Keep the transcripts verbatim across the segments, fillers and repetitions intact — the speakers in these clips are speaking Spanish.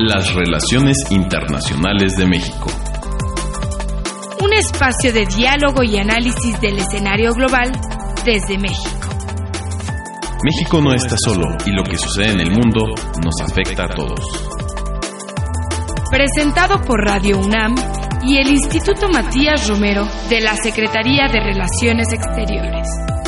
Las relaciones internacionales de México. Un espacio de diálogo y análisis del escenario global desde México. México no está solo y lo que sucede en el mundo nos afecta a todos. Presentado por Radio UNAM y el Instituto Matías Romero de la Secretaría de Relaciones Exteriores.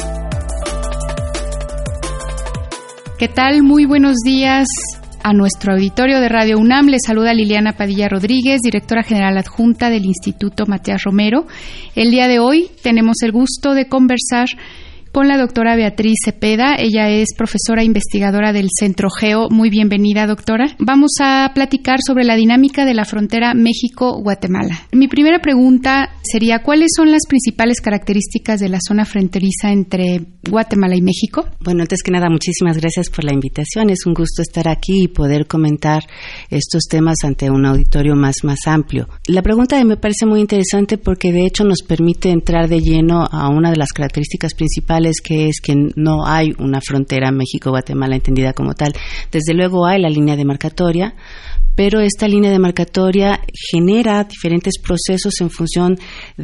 ¿Qué tal? Muy buenos días a nuestro auditorio de Radio UNAM. Les saluda Liliana Padilla Rodríguez, directora general adjunta del Instituto Matías Romero. El día de hoy tenemos el gusto de conversar con la doctora Beatriz Cepeda. Ella es profesora investigadora del Centro Geo. Muy bienvenida, doctora. Vamos a platicar sobre la dinámica de la frontera México-Guatemala. Mi primera pregunta sería, ¿cuáles son las principales características de la zona fronteriza entre Guatemala y México? Bueno, antes que nada, muchísimas gracias por la invitación. Es un gusto estar aquí y poder comentar estos temas ante un auditorio más, más amplio. La pregunta me parece muy interesante porque de hecho nos permite entrar de lleno a una de las características principales, que es que no hay una frontera México-Guatemala entendida como tal. Desde luego hay la línea demarcatoria, pero esta línea demarcatoria genera diferentes procesos en función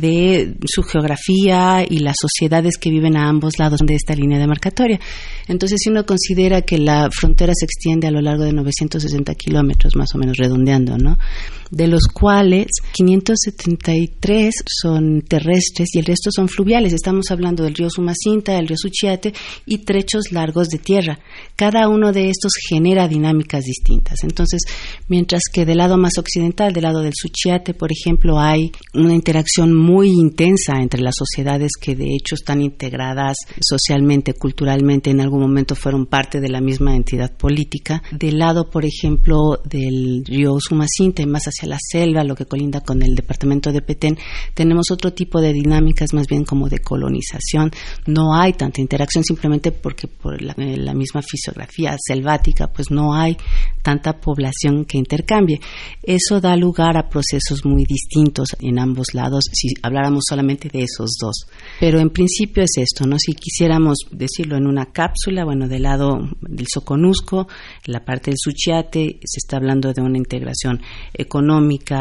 de su geografía y las sociedades que viven a ambos lados de esta línea demarcatoria. Entonces, si uno considera que la frontera se extiende a lo largo de novecientos sesenta kilómetros, más o menos redondeando, ¿no?, de los cuales quinientos setenta y tres son terrestres y el resto son fluviales. Estamos hablando del río Sumacinta, del río Suchiate y trechos largos de tierra. Cada uno de estos genera dinámicas distintas. Entonces, mientras que del lado más occidental, del lado del Suchiate, por ejemplo, hay una interacción muy intensa entre las sociedades que de hecho están integradas socialmente, culturalmente, en algún momento fueron parte de la misma entidad política. Del lado, por ejemplo, del río Sumacinta y más hacia la selva, lo que colinda con el departamento de Petén, tenemos otro tipo de dinámicas más bien como de colonización. No hay tanta interacción simplemente porque por la, la misma fisiografía selvática, pues no hay tanta población que intercambie. Eso da lugar a procesos muy distintos en ambos lados si habláramos solamente de esos dos. Pero en principio es esto, ¿no? Si quisiéramos decirlo en una cápsula, bueno, del lado del Soconusco, la parte del Suchiate, se está hablando de una integración económica,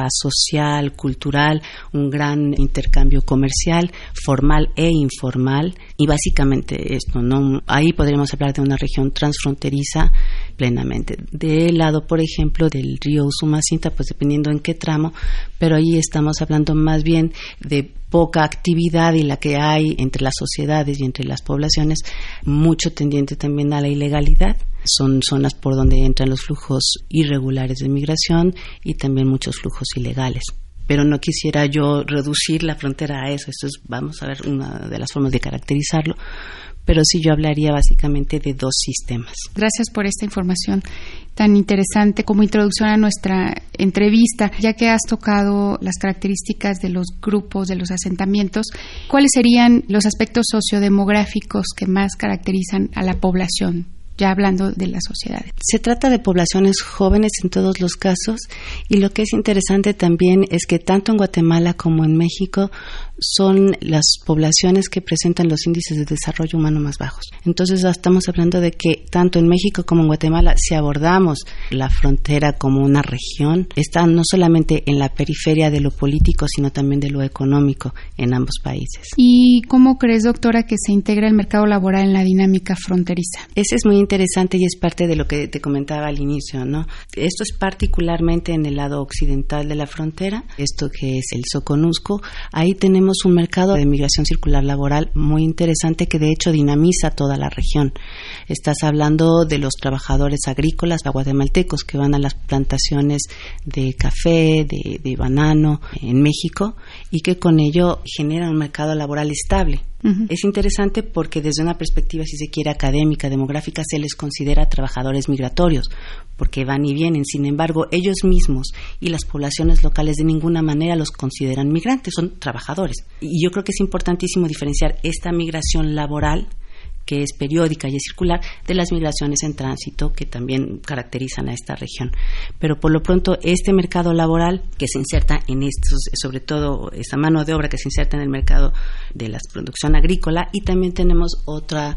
social, cultural, un gran intercambio comercial, formal e informal, y básicamente esto, ¿no? Ahí podríamos hablar de una región transfronteriza plenamente. Del lado, por ejemplo, del río Usumacinta, pues dependiendo en qué tramo, pero ahí estamos hablando más bien de poca actividad y la que hay entre las sociedades y entre las poblaciones, mucho tendiente también a la ilegalidad. Son zonas por donde entran los flujos irregulares de migración y también muchos flujos ilegales. Pero no quisiera yo reducir la frontera a eso. Esto es, vamos a ver, una de las formas de caracterizarlo. Pero sí, yo hablaría básicamente de dos sistemas. Gracias por esta información tan interesante como introducción a nuestra entrevista. Ya que has tocado las características de los grupos, de los asentamientos, ¿cuáles serían los aspectos sociodemográficos que más caracterizan a la población? Ya hablando de las sociedades. Se trata de poblaciones jóvenes en todos los casos, y lo que es interesante también es que tanto en Guatemala como en México son las poblaciones que presentan los índices de desarrollo humano más bajos. Entonces estamos hablando de que tanto en México como en Guatemala, si abordamos la frontera como una región, está no solamente en la periferia de lo político, sino también de lo económico en ambos países. ¿Y cómo crees, doctora, que se integra el mercado laboral en la dinámica fronteriza? Ese es muy interesante y es parte de lo que te comentaba al inicio, ¿no? Esto es particularmente en el lado occidental de la frontera, esto que es el Soconusco. Ahí tenemos un mercado de migración circular laboral muy interesante que de hecho dinamiza toda la región. Estás hablando de los trabajadores agrícolas guatemaltecos que van a las plantaciones de café, de, de banano en México y que con ello generan un mercado laboral estable. Uh-huh. Es interesante porque desde una perspectiva, si se quiere, académica, demográfica, se les considera trabajadores migratorios, porque van y vienen. Sin embargo, ellos mismos y las poblaciones locales de ninguna manera los consideran migrantes, son trabajadores. Y yo creo que es importantísimo diferenciar esta migración laboral, que es periódica y es circular, de las migraciones en tránsito que también caracterizan a esta región. Pero por lo pronto este mercado laboral que se inserta en estos, sobre todo esta mano de obra que se inserta en el mercado de la producción agrícola, y también tenemos otra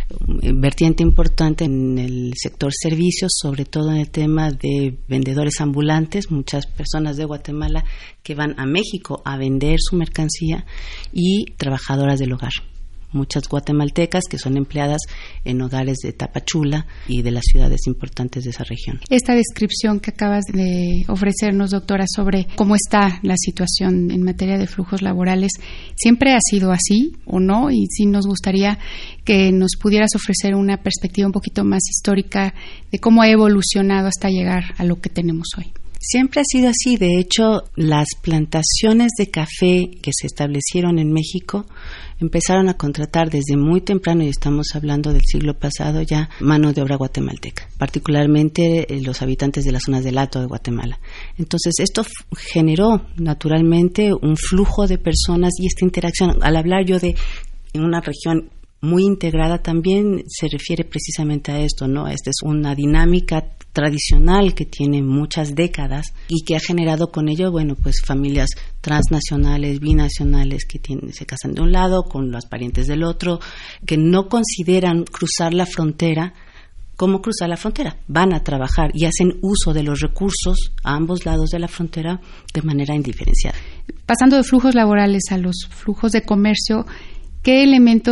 vertiente importante en el sector servicios, sobre todo en el tema de vendedores ambulantes, muchas personas de Guatemala que van a México a vender su mercancía, y trabajadoras del hogar. Muchas guatemaltecas que son empleadas en hogares de Tapachula y de las ciudades importantes de esa región. Esta descripción que acabas de ofrecernos, doctora, sobre cómo está la situación en materia de flujos laborales, ¿siempre ha sido así o no? Y sí nos gustaría que nos pudieras ofrecer una perspectiva un poquito más histórica de cómo ha evolucionado hasta llegar a lo que tenemos hoy. Siempre ha sido así. De hecho, las plantaciones de café que se establecieron en México empezaron a contratar desde muy temprano, y estamos hablando del siglo pasado ya, mano de obra guatemalteca, particularmente los habitantes de las zonas del Alto de Guatemala. Entonces, esto f- generó naturalmente un flujo de personas y esta interacción. Al hablar yo de en una región muy integrada, también se refiere precisamente a esto, ¿no? Esta es una dinámica tradicional que tiene muchas décadas y que ha generado con ello, bueno, pues familias transnacionales, binacionales que tienen, se casan de un lado con los parientes del otro, que no consideran cruzar la frontera como cruzar la frontera. Van a trabajar y hacen uso de los recursos a ambos lados de la frontera de manera indiferenciada. Pasando de flujos laborales a los flujos de comercio, ¿qué elementos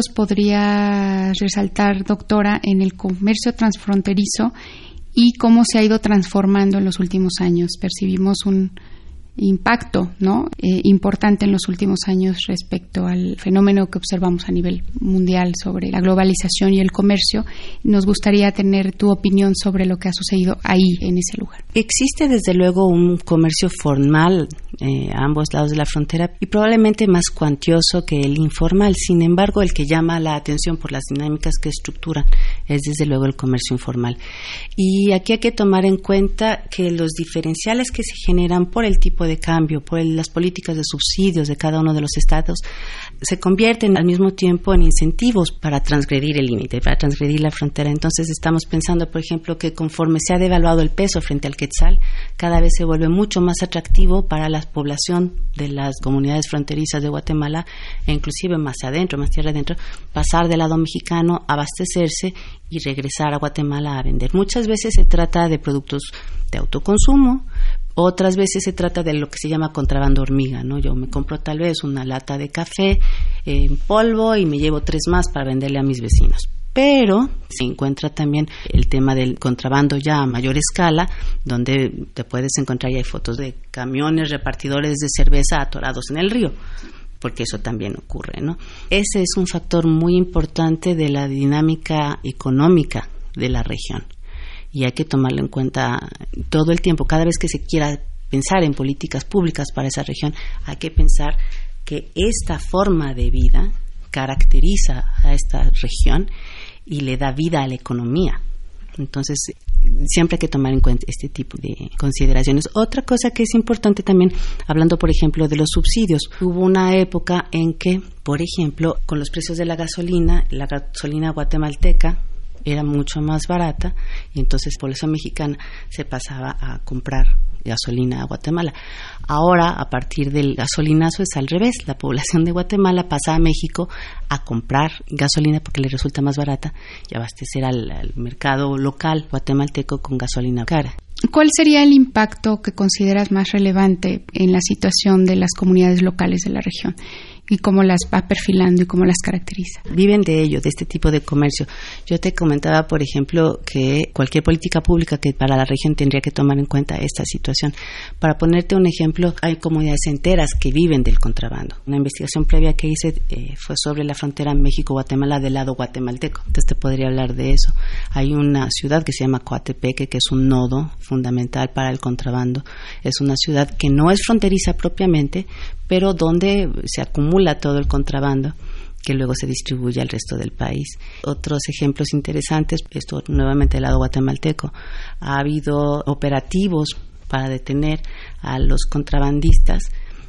podría resaltar, doctora, en el comercio transfronterizo y cómo se ha ido transformando en los últimos años? Percibimos un impacto, ¿no? Eh, importante en los últimos años respecto al fenómeno que observamos a nivel mundial sobre la globalización y el comercio. Nos gustaría tener tu opinión sobre lo que ha sucedido ahí, en ese lugar. Existe desde luego un comercio formal eh, a ambos lados de la frontera y probablemente más cuantioso que el informal. Sin embargo, el que llama la atención por las dinámicas que estructuran es desde luego el comercio informal. Y aquí hay que tomar en cuenta que los diferenciales que se generan por el tipo de cambio, por el, las políticas de subsidios de cada uno de los estados, se convierten al mismo tiempo en incentivos para transgredir el límite, para transgredir la frontera. Entonces estamos pensando, por ejemplo, que conforme se ha devaluado el peso frente al quetzal, cada vez se vuelve mucho más atractivo para la población de las comunidades fronterizas de Guatemala, e inclusive más adentro, más tierra adentro, pasar del lado mexicano, abastecerse y regresar a Guatemala a vender. Muchas veces se trata de productos de autoconsumo, otras veces se trata de lo que se llama contrabando hormiga, ¿no? Yo me compro tal vez una lata de café en polvo y me llevo tres más para venderle a mis vecinos. Pero se encuentra también el tema del contrabando ya a mayor escala, donde te puedes encontrar, y hay fotos de camiones repartidores de cerveza atorados en el río, porque eso también ocurre, ¿no? Ese es un factor muy importante de la dinámica económica de la región. Y hay que tomarlo en cuenta todo el tiempo. Cada vez que se quiera pensar en políticas públicas para esa región, hay que pensar que esta forma de vida caracteriza a esta región y le da vida a la economía. Entonces, siempre hay que tomar en cuenta este tipo de consideraciones. Otra cosa que es importante también, hablando, por ejemplo, de los subsidios. Hubo una época en que, por ejemplo, con los precios de la gasolina, la gasolina guatemalteca era mucho más barata y entonces la población mexicana se pasaba a comprar gasolina a Guatemala. Ahora, a partir del gasolinazo, es al revés. La población de Guatemala pasa a México a comprar gasolina porque le resulta más barata y abastecer al, al mercado local guatemalteco con gasolina cara. ¿Cuál sería el impacto que consideras más relevante en la situación de las comunidades locales de la región? ¿Y cómo las va perfilando y cómo las caracteriza? Viven de ello, de este tipo de comercio. Yo te comentaba, por ejemplo, que cualquier política pública que para la región tendría que tomar en cuenta esta situación. Para ponerte un ejemplo, hay comunidades enteras que viven del contrabando. Una investigación previa que hice eh, fue sobre la frontera México-Guatemala del lado guatemalteco. Entonces te podría hablar de eso. Hay una ciudad que se llama Coatepeque, que es un nodo fundamental para el contrabando. Es una ciudad que no es fronteriza propiamente, pero donde se acumula todo el contrabando que luego se distribuye al resto del país. Otros ejemplos interesantes, esto nuevamente del lado guatemalteco, ha habido operativos para detener a los contrabandistas.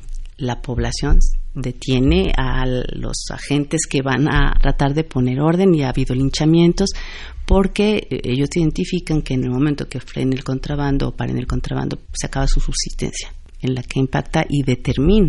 La población detiene a los agentes que van a tratar de poner orden y ha habido linchamientos porque ellos identifican que en el momento que frene el contrabando o paren el contrabando se acaba su subsistencia, en la que impacta y determina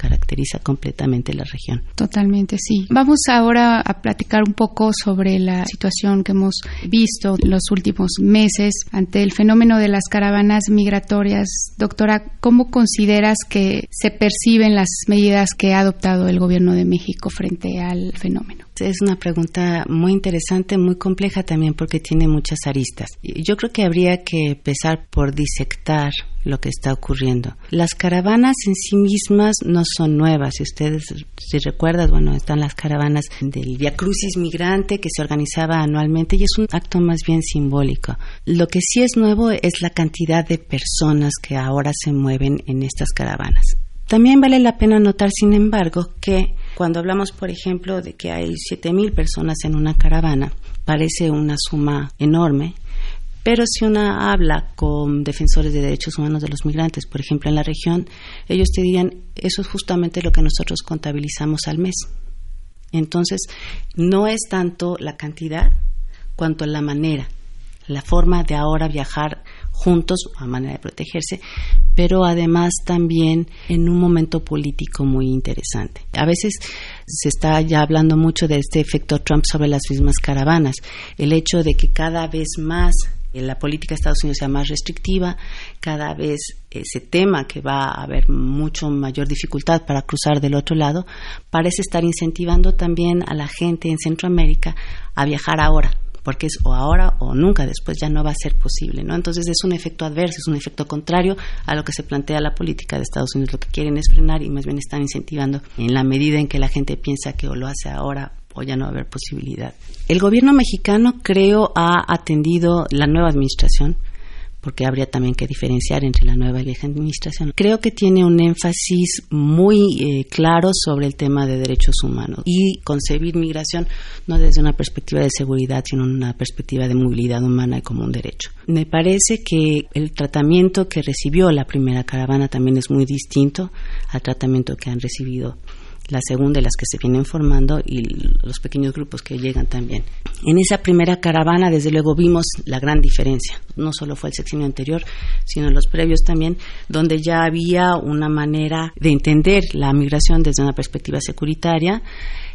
caracteriza completamente la región. Totalmente, sí. Vamos ahora a platicar un poco sobre la situación que hemos visto en los últimos meses ante el fenómeno de las caravanas migratorias. Doctora, ¿cómo consideras que se perciben las medidas que ha adoptado el Gobierno de México frente al fenómeno? Es una pregunta muy interesante, muy compleja también porque tiene muchas aristas. Yo creo que habría que empezar por disectar lo que está ocurriendo. Las caravanas en sí mismas no son nuevas. Si ustedes si recuerdan, bueno, están las caravanas del Via Crucis Migrante que se organizaba anualmente y es un acto más bien simbólico. Lo que sí es nuevo es la cantidad de personas que ahora se mueven en estas caravanas. También vale la pena notar, sin embargo, que cuando hablamos, por ejemplo, de que hay siete mil personas en una caravana, parece una suma enorme, pero si una habla con defensores de derechos humanos de los migrantes, por ejemplo, en la región, ellos te dirían, eso es justamente lo que nosotros contabilizamos al mes. Entonces, no es tanto la cantidad cuanto la manera, la forma de ahora viajar juntos a manera de protegerse, pero además también en un momento político muy interesante. A veces se está ya hablando mucho de este efecto Trump sobre las mismas caravanas, el hecho de que cada vez más la política de Estados Unidos sea más restrictiva, cada vez eh, se tema que va a haber mucho mayor dificultad para cruzar del otro lado, parece estar incentivando también a la gente en Centroamérica a viajar ahora, porque es o ahora o nunca, después ya no va a ser posible, ¿no? Entonces es un efecto adverso, es un efecto contrario a lo que se plantea la política de Estados Unidos. Lo que quieren es frenar y más bien están incentivando en la medida en que la gente piensa que o lo hace ahora o ya no va a haber posibilidad. El gobierno mexicano, creo, ha atendido la nueva administración, porque habría también que diferenciar entre la nueva y la vieja administración. Creo que tiene un énfasis muy eh, claro sobre el tema de derechos humanos y concebir migración no desde una perspectiva de seguridad, sino una perspectiva de movilidad humana y como un derecho. Me parece que el tratamiento que recibió la primera caravana también es muy distinto al tratamiento que han recibido la segunda y las que se vienen formando y los pequeños grupos que llegan también. En esa primera caravana, desde luego, vimos la gran diferencia. No solo fue el sexenio anterior, sino los previos también, donde ya había una manera de entender la migración desde una perspectiva securitaria.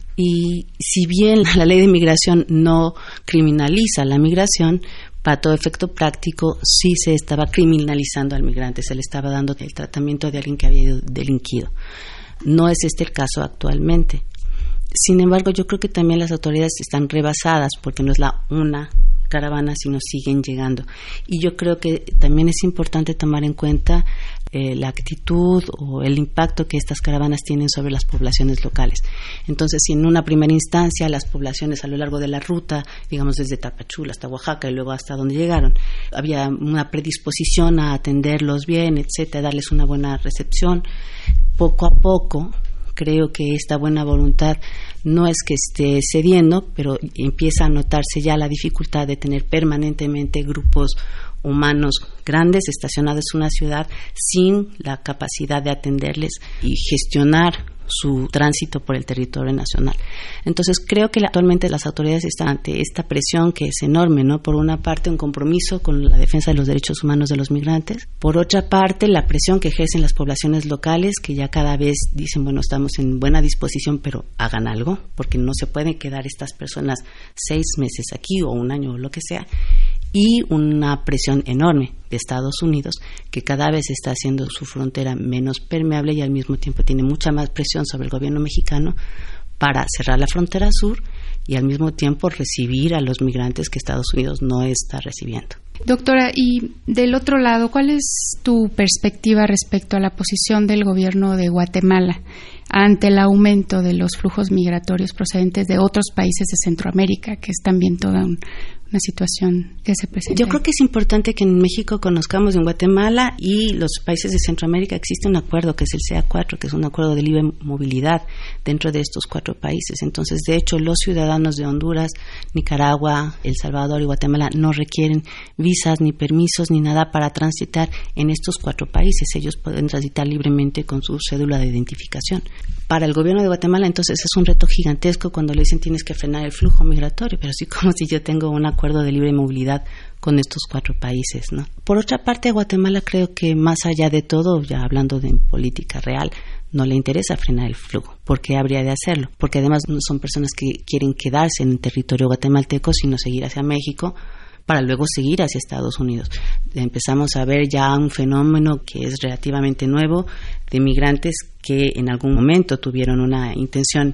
Y si bien la ley de migración no criminaliza la migración, para todo efecto práctico sí se estaba criminalizando al migrante, se le estaba dando el tratamiento de alguien que había delinquido. No es este el caso actualmente. Sin embargo, yo creo que también las autoridades están rebasadas porque no es la una caravana, sino siguen llegando. Y yo creo que también es importante tomar en cuenta eh, la actitud o el impacto que estas caravanas tienen sobre las poblaciones locales. Entonces, si en una primera instancia las poblaciones a lo largo de la ruta, digamos desde Tapachula hasta Oaxaca y luego hasta donde llegaron, había una predisposición a atenderlos bien, etcétera, darles una buena recepción, poco a poco creo que esta buena voluntad no es que esté cediendo, pero empieza a notarse ya la dificultad de tener permanentemente grupos humanos grandes estacionados en una ciudad sin la capacidad de atenderles y gestionar su tránsito por el territorio nacional. Entonces creo que actualmente las autoridades están ante esta presión que es enorme, ¿no? Por una parte un compromiso con la defensa de los derechos humanos de los migrantes, por otra parte la presión que ejercen las poblaciones locales que ya cada vez dicen, bueno, estamos en buena disposición, pero hagan algo, porque no se pueden quedar estas personas seis meses aquí o un año o lo que sea. Y una presión enorme de Estados Unidos que cada vez está haciendo su frontera menos permeable y al mismo tiempo tiene mucha más presión sobre el gobierno mexicano para cerrar la frontera sur y al mismo tiempo recibir a los migrantes que Estados Unidos no está recibiendo. Doctora, y del otro lado, ¿cuál es tu perspectiva respecto a la posición del gobierno de Guatemala ante el aumento de los flujos migratorios procedentes de otros países de Centroamérica, que es también toda un, una situación que se presenta? Yo creo que es importante que en México conozcamos en Guatemala y los países de Centroamérica existe un acuerdo que es el C A cuatro, que es un acuerdo de libre movilidad dentro de estos cuatro países. Entonces, de hecho, los ciudadanos de Honduras, Nicaragua, El Salvador y Guatemala no requieren visas ni permisos ni nada para transitar en estos cuatro países. Ellos pueden transitar libremente con su cédula de identificación. Para el gobierno de Guatemala, entonces, es un reto gigantesco cuando le dicen tienes que frenar el flujo migratorio, pero así como si yo tengo un acuerdo de libre movilidad con estos cuatro países, ¿no? Por otra parte, Guatemala creo que más allá de todo, ya hablando de política real, no le interesa frenar el flujo. ¿Por qué habría de hacerlo? Porque además no son personas que quieren quedarse en el territorio guatemalteco, sino seguir hacia México para luego seguir hacia Estados Unidos. Empezamos a ver ya un fenómeno que es relativamente nuevo de migrantes que en algún momento tuvieron una intención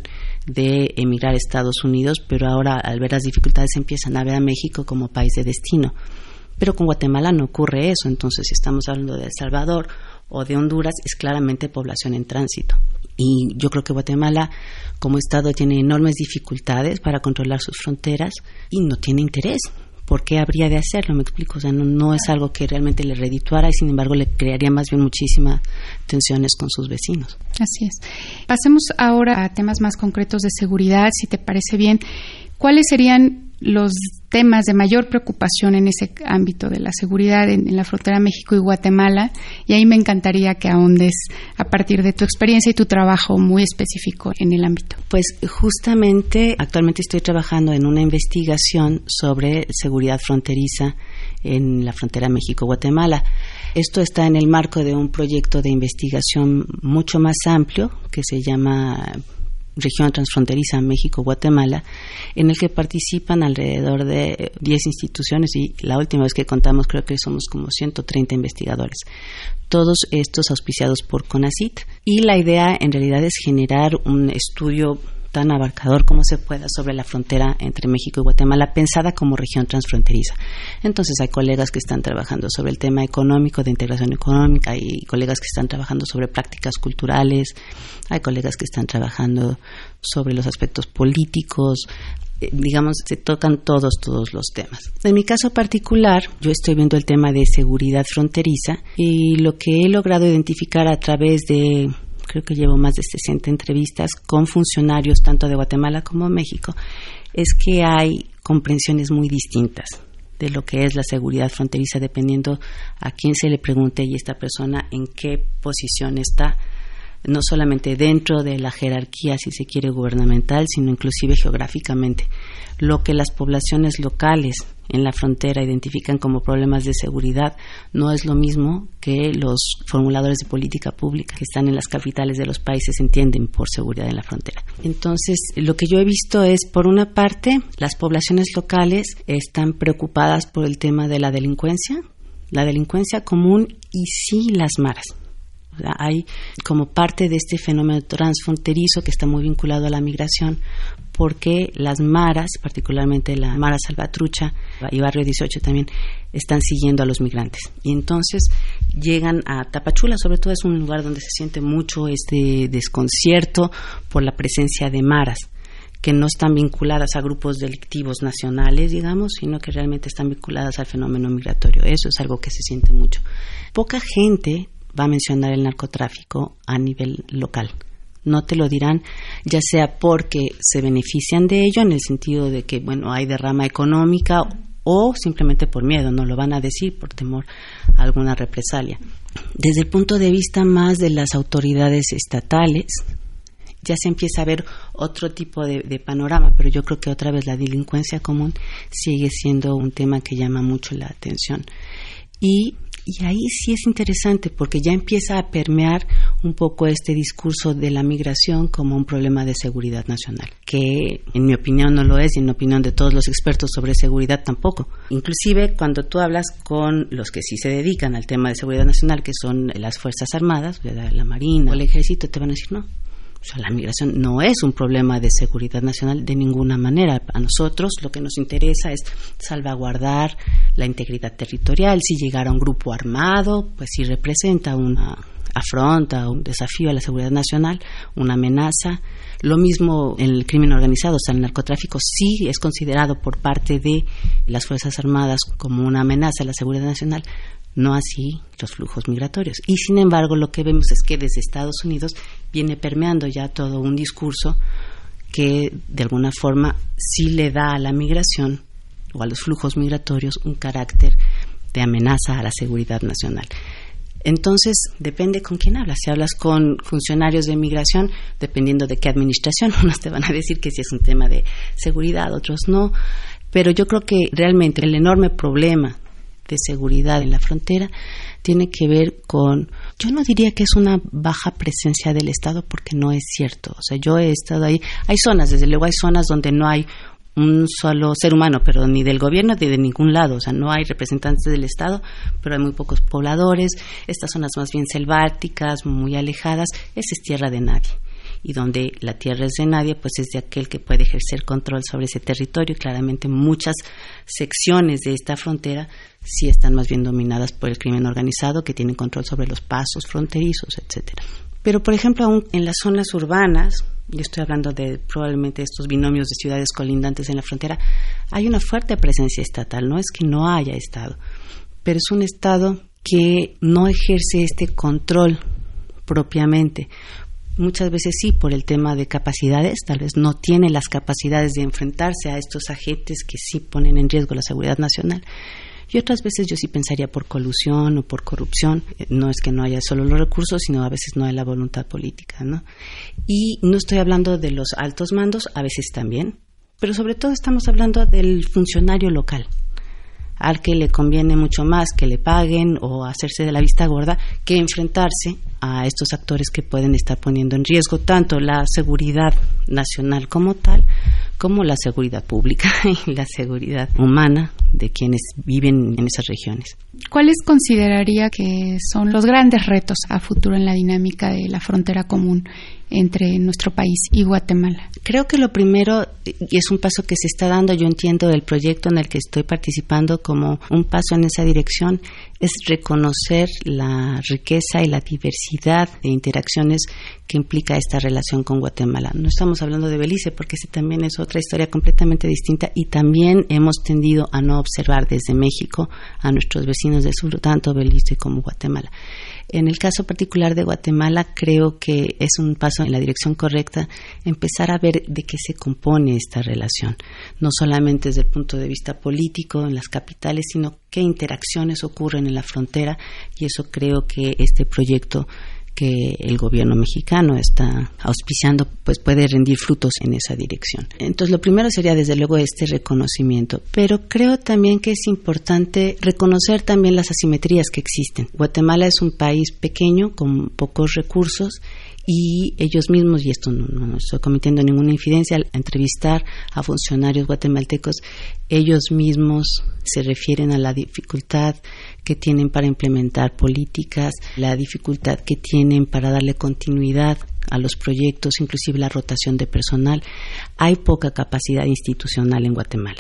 de emigrar a Estados Unidos, pero ahora al ver las dificultades empiezan a ver a México como país de destino. Pero con Guatemala no ocurre eso. Entonces, si estamos hablando de El Salvador o de Honduras, es claramente población en tránsito. Y yo creo que Guatemala, como Estado, tiene enormes dificultades para controlar sus fronteras y no tiene interés. ¿Por qué habría de hacerlo? Me explico. O sea, no, no es algo que realmente le redituara y, sin embargo, le crearía más bien muchísimas tensiones con sus vecinos. Así es. Pasemos ahora a temas más concretos de seguridad, si te parece bien. ¿Cuáles serían los temas de mayor preocupación en ese ámbito de la seguridad en, en la frontera México y Guatemala? Y ahí me encantaría que ahondes a partir de tu experiencia y tu trabajo muy específico en el ámbito. Pues justamente actualmente estoy trabajando en una investigación sobre seguridad fronteriza en la frontera México-Guatemala. Esto está en el marco de un proyecto de investigación mucho más amplio que se llama Región Transfronteriza México-Guatemala, en el que participan alrededor de diez instituciones y la última vez que contamos creo que somos como ciento treinta investigadores. Todos estos auspiciados por CONACYT, y la idea en realidad es generar un estudio tan abarcador como se pueda sobre la frontera entre México y Guatemala, pensada como región transfronteriza. Entonces hay colegas que están trabajando sobre el tema económico, de integración económica, hay colegas que están trabajando sobre prácticas culturales, hay colegas que están trabajando sobre los aspectos políticos. Eh, digamos, se tocan todos, todos los temas. En mi caso particular, yo estoy viendo el tema de seguridad fronteriza y lo que he logrado identificar a través de, creo que llevo más de sesenta entrevistas con funcionarios tanto de Guatemala como México, es que hay comprensiones muy distintas de lo que es la seguridad fronteriza dependiendo a quién se le pregunte y esta persona en qué posición está, no solamente dentro de la jerarquía, si se quiere, gubernamental, sino inclusive geográficamente. Lo que las poblaciones locales en la frontera identifican como problemas de seguridad no es lo mismo que los formuladores de política pública que están en las capitales de los países entienden por seguridad en la frontera. Entonces, lo que yo he visto es, por una parte, las poblaciones locales están preocupadas por el tema de la delincuencia, la delincuencia común y sí las maras. O sea, hay como parte de este fenómeno transfronterizo que está muy vinculado a la migración, porque las maras, particularmente la Mara Salvatrucha y Barrio dieciocho también, están siguiendo a los migrantes. Y entonces llegan a Tapachula, sobre todo es un lugar donde se siente mucho este desconcierto por la presencia de maras, que no están vinculadas a grupos delictivos nacionales, digamos, sino que realmente están vinculadas al fenómeno migratorio. Eso es algo que se siente mucho. Poca gente va a mencionar el narcotráfico a nivel local. No te lo dirán, ya sea porque se benefician de ello, en el sentido de que, bueno, hay derrama económica, o simplemente por miedo, no lo van a decir por temor a alguna represalia. Desde el punto de vista más de las autoridades estatales, ya se empieza a ver otro tipo de, de panorama, pero yo creo que otra vez la delincuencia común sigue siendo un tema que llama mucho la atención. Y Y ahí sí es interesante porque ya empieza a permear un poco este discurso de la migración como un problema de seguridad nacional, que en mi opinión no lo es y en la opinión de todos los expertos sobre seguridad tampoco. Inclusive cuando tú hablas con los que sí se dedican al tema de seguridad nacional, que son las Fuerzas Armadas, la Marina o el Ejército, te van a decir no. O sea, la migración no es un problema de seguridad nacional de ninguna manera. A nosotros lo que nos interesa es salvaguardar la integridad territorial. Si llegara un grupo armado, pues sí representa una afronta, un desafío a la seguridad nacional, una amenaza. Lo mismo en el crimen organizado, o sea, el narcotráfico sí es considerado por parte de las Fuerzas Armadas como una amenaza a la seguridad nacional. No así los flujos migratorios. Y sin embargo, lo que vemos es que desde Estados Unidos viene permeando ya todo un discurso que de alguna forma sí le da a la migración o a los flujos migratorios un carácter de amenaza a la seguridad nacional. Entonces, depende con quién hablas. Si hablas con funcionarios de migración, dependiendo de qué administración, unos te van a decir que sí es un tema de seguridad, otros no. Pero yo creo que realmente el enorme problema de seguridad en la frontera tiene que ver con, yo no diría que es una baja presencia del Estado, porque no es cierto. O sea, yo he estado ahí, hay zonas, desde luego hay zonas donde no hay un solo ser humano, pero ni del gobierno ni de ningún lado, o sea, no hay representantes del Estado, pero hay muy pocos pobladores. Estas zonas más bien selváticas, muy alejadas, esa es tierra de nadie. Y donde la tierra es de nadie, pues es de aquel que puede ejercer control sobre ese territorio. Y claramente muchas secciones de esta frontera sí están más bien dominadas por el crimen organizado, que tienen control sobre los pasos fronterizos, etcétera. Pero, por ejemplo, aún en las zonas urbanas, yo estoy hablando de probablemente estos binomios de ciudades colindantes en la frontera, hay una fuerte presencia estatal. No es que no haya Estado, pero es un Estado que no ejerce este control propiamente. Muchas veces sí, por el tema de capacidades, tal vez no tiene las capacidades de enfrentarse a estos agentes que sí ponen en riesgo la seguridad nacional. Y otras veces yo sí pensaría por colusión o por corrupción. No es que no haya solo los recursos, sino a veces no hay la voluntad política, ¿no? Y no estoy hablando de los altos mandos, a veces también, pero sobre todo estamos hablando del funcionario local, al que le conviene mucho más que le paguen o hacerse de la vista gorda que enfrentarse a estos actores que pueden estar poniendo en riesgo tanto la seguridad nacional como tal, como la seguridad pública y la seguridad humana de quienes viven en esas regiones. ¿Cuáles consideraría que son los grandes retos a futuro en la dinámica de la frontera común entre nuestro país y Guatemala? Creo que lo primero, y es un paso que se está dando, yo entiendo el proyecto en el que estoy participando como un paso en esa dirección, es reconocer la riqueza y la diversidad de interacciones que implica esta relación con Guatemala. No estamos hablando de Belice, porque ese también es otra historia completamente distinta, y también hemos tendido a no observar desde México a nuestros vecinos del sur, tanto Belice como Guatemala. En el caso particular de Guatemala, creo que es un paso en la dirección correcta empezar a ver de qué se compone esta relación, no solamente desde el punto de vista político en las capitales, sino qué interacciones ocurren en la frontera, y eso creo que este proyecto que el gobierno mexicano está auspiciando pues puede rendir frutos en esa dirección. Entonces lo primero sería desde luego este reconocimiento, pero creo también que es importante reconocer también las asimetrías que existen. Guatemala es un país pequeño con pocos recursos, y ellos mismos, y esto no, no estoy cometiendo ninguna infidencia, al entrevistar a funcionarios guatemaltecos, ellos mismos se refieren a la dificultad que tienen para implementar políticas, la dificultad que tienen para darle continuidad a los proyectos, inclusive la rotación de personal. Hay poca capacidad institucional en Guatemala.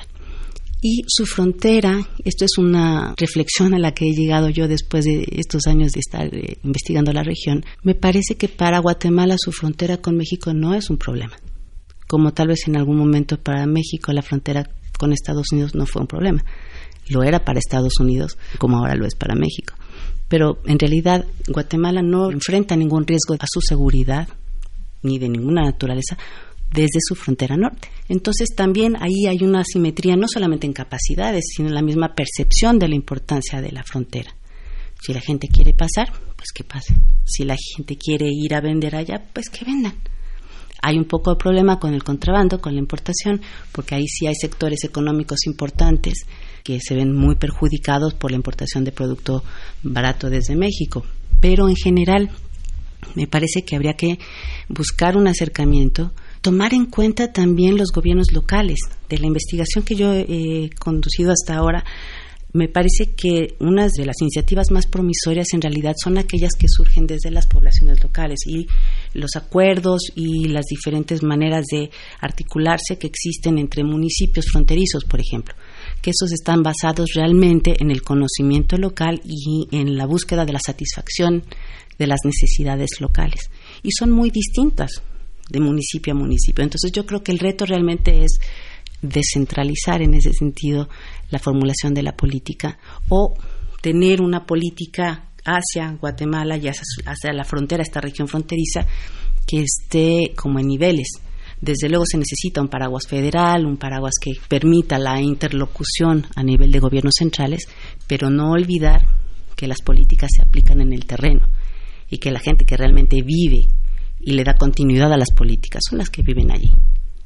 Y su frontera, esto es una reflexión a la que he llegado yo después de estos años de estar eh, investigando la región, me parece que para Guatemala su frontera con México no es un problema, como tal vez en algún momento para México la frontera con Estados Unidos no fue un problema. Lo era para Estados Unidos, como ahora lo es para México. Pero en realidad Guatemala no enfrenta ningún riesgo a su seguridad, ni de ninguna naturaleza, desde su frontera norte. Entonces también ahí hay una asimetría no solamente en capacidades, sino en la misma percepción de la importancia de la frontera. Si la gente quiere pasar, pues que pase. Si la gente quiere ir a vender allá, pues que vendan. Hay un poco de problema con el contrabando, con la importación, porque ahí sí hay sectores económicos importantes que se ven muy perjudicados por la importación de producto barato desde México. Pero en general me parece que habría que buscar un acercamiento, tomar en cuenta también los gobiernos locales. De la investigación que yo he conducido hasta ahora, me parece que unas de las iniciativas más promisorias en realidad son aquellas que surgen desde las poblaciones locales, y los acuerdos y las diferentes maneras de articularse que existen entre municipios fronterizos, por ejemplo, que esos están basados realmente en el conocimiento local y en la búsqueda de la satisfacción de las necesidades locales, y son muy distintas de municipio a municipio. Entonces yo creo que el reto realmente es descentralizar en ese sentido la formulación de la política, o tener una política hacia Guatemala y hacia, hacia la frontera, esta región fronteriza, que esté como en niveles. Desde luego se necesita un paraguas federal, un paraguas que permita la interlocución a nivel de gobiernos centrales, pero no olvidar que las políticas se aplican en el terreno, y que la gente que realmente vive y le da continuidad a las políticas son las que viven allí.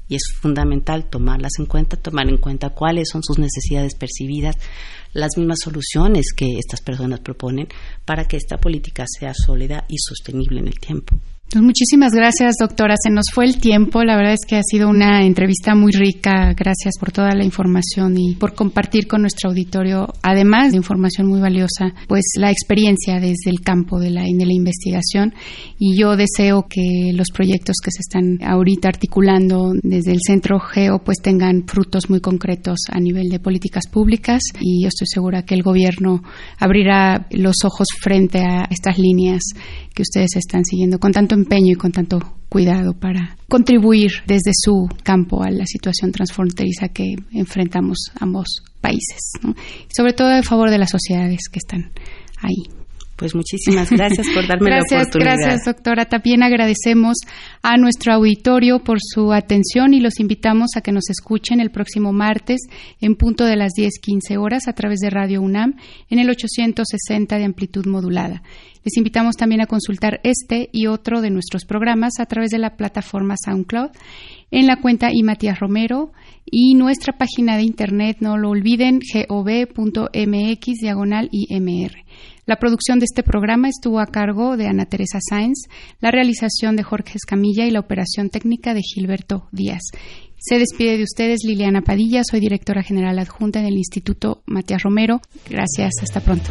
y es fundamental tomarlas en cuenta, tomar en cuenta cuáles son sus necesidades percibidas, las mismas soluciones que estas personas proponen para que esta política sea sólida y sostenible en el tiempo. Pues muchísimas gracias, doctora. Se nos fue el tiempo. La verdad es que ha sido una entrevista muy rica. Gracias por toda la información y por compartir con nuestro auditorio, además de información muy valiosa, pues la experiencia desde el campo de la, de la investigación. Y yo deseo que los proyectos que se están ahorita articulando desde el Centro Geo pues tengan frutos muy concretos a nivel de políticas públicas, y yo estoy segura que el gobierno abrirá los ojos frente a estas líneas que ustedes están siguiendo con tanto empeño y con tanto cuidado para contribuir desde su campo a la situación transfronteriza que enfrentamos ambos países, ¿no? Y sobre todo a favor de las sociedades que están ahí. Pues muchísimas gracias por darme gracias, la oportunidad. Gracias, doctora. También agradecemos a nuestro auditorio por su atención y los invitamos a que nos escuchen el próximo martes en punto de las diez quince horas a través de Radio UNAM en el ochocientos sesenta de amplitud modulada. Les invitamos también a consultar este y otro de nuestros programas a través de la plataforma SoundCloud en la cuenta I Matías Romero y nuestra página de internet, no lo olviden, gov.mx diagonal IMR. La producción de este programa estuvo a cargo de Ana Teresa Sáenz, la realización de Jorge Escamilla y la operación técnica de Gilberto Díaz. Se despide de ustedes Liliana Padilla, soy directora general adjunta del Instituto Matías Romero. Gracias, hasta pronto.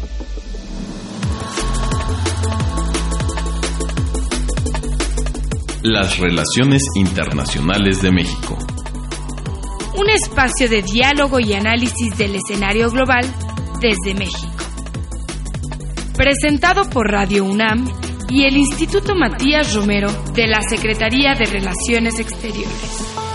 Las relaciones internacionales de México. Un espacio de diálogo y análisis del escenario global desde México. Presentado por Radio UNAM y el Instituto Matías Romero de la Secretaría de Relaciones Exteriores.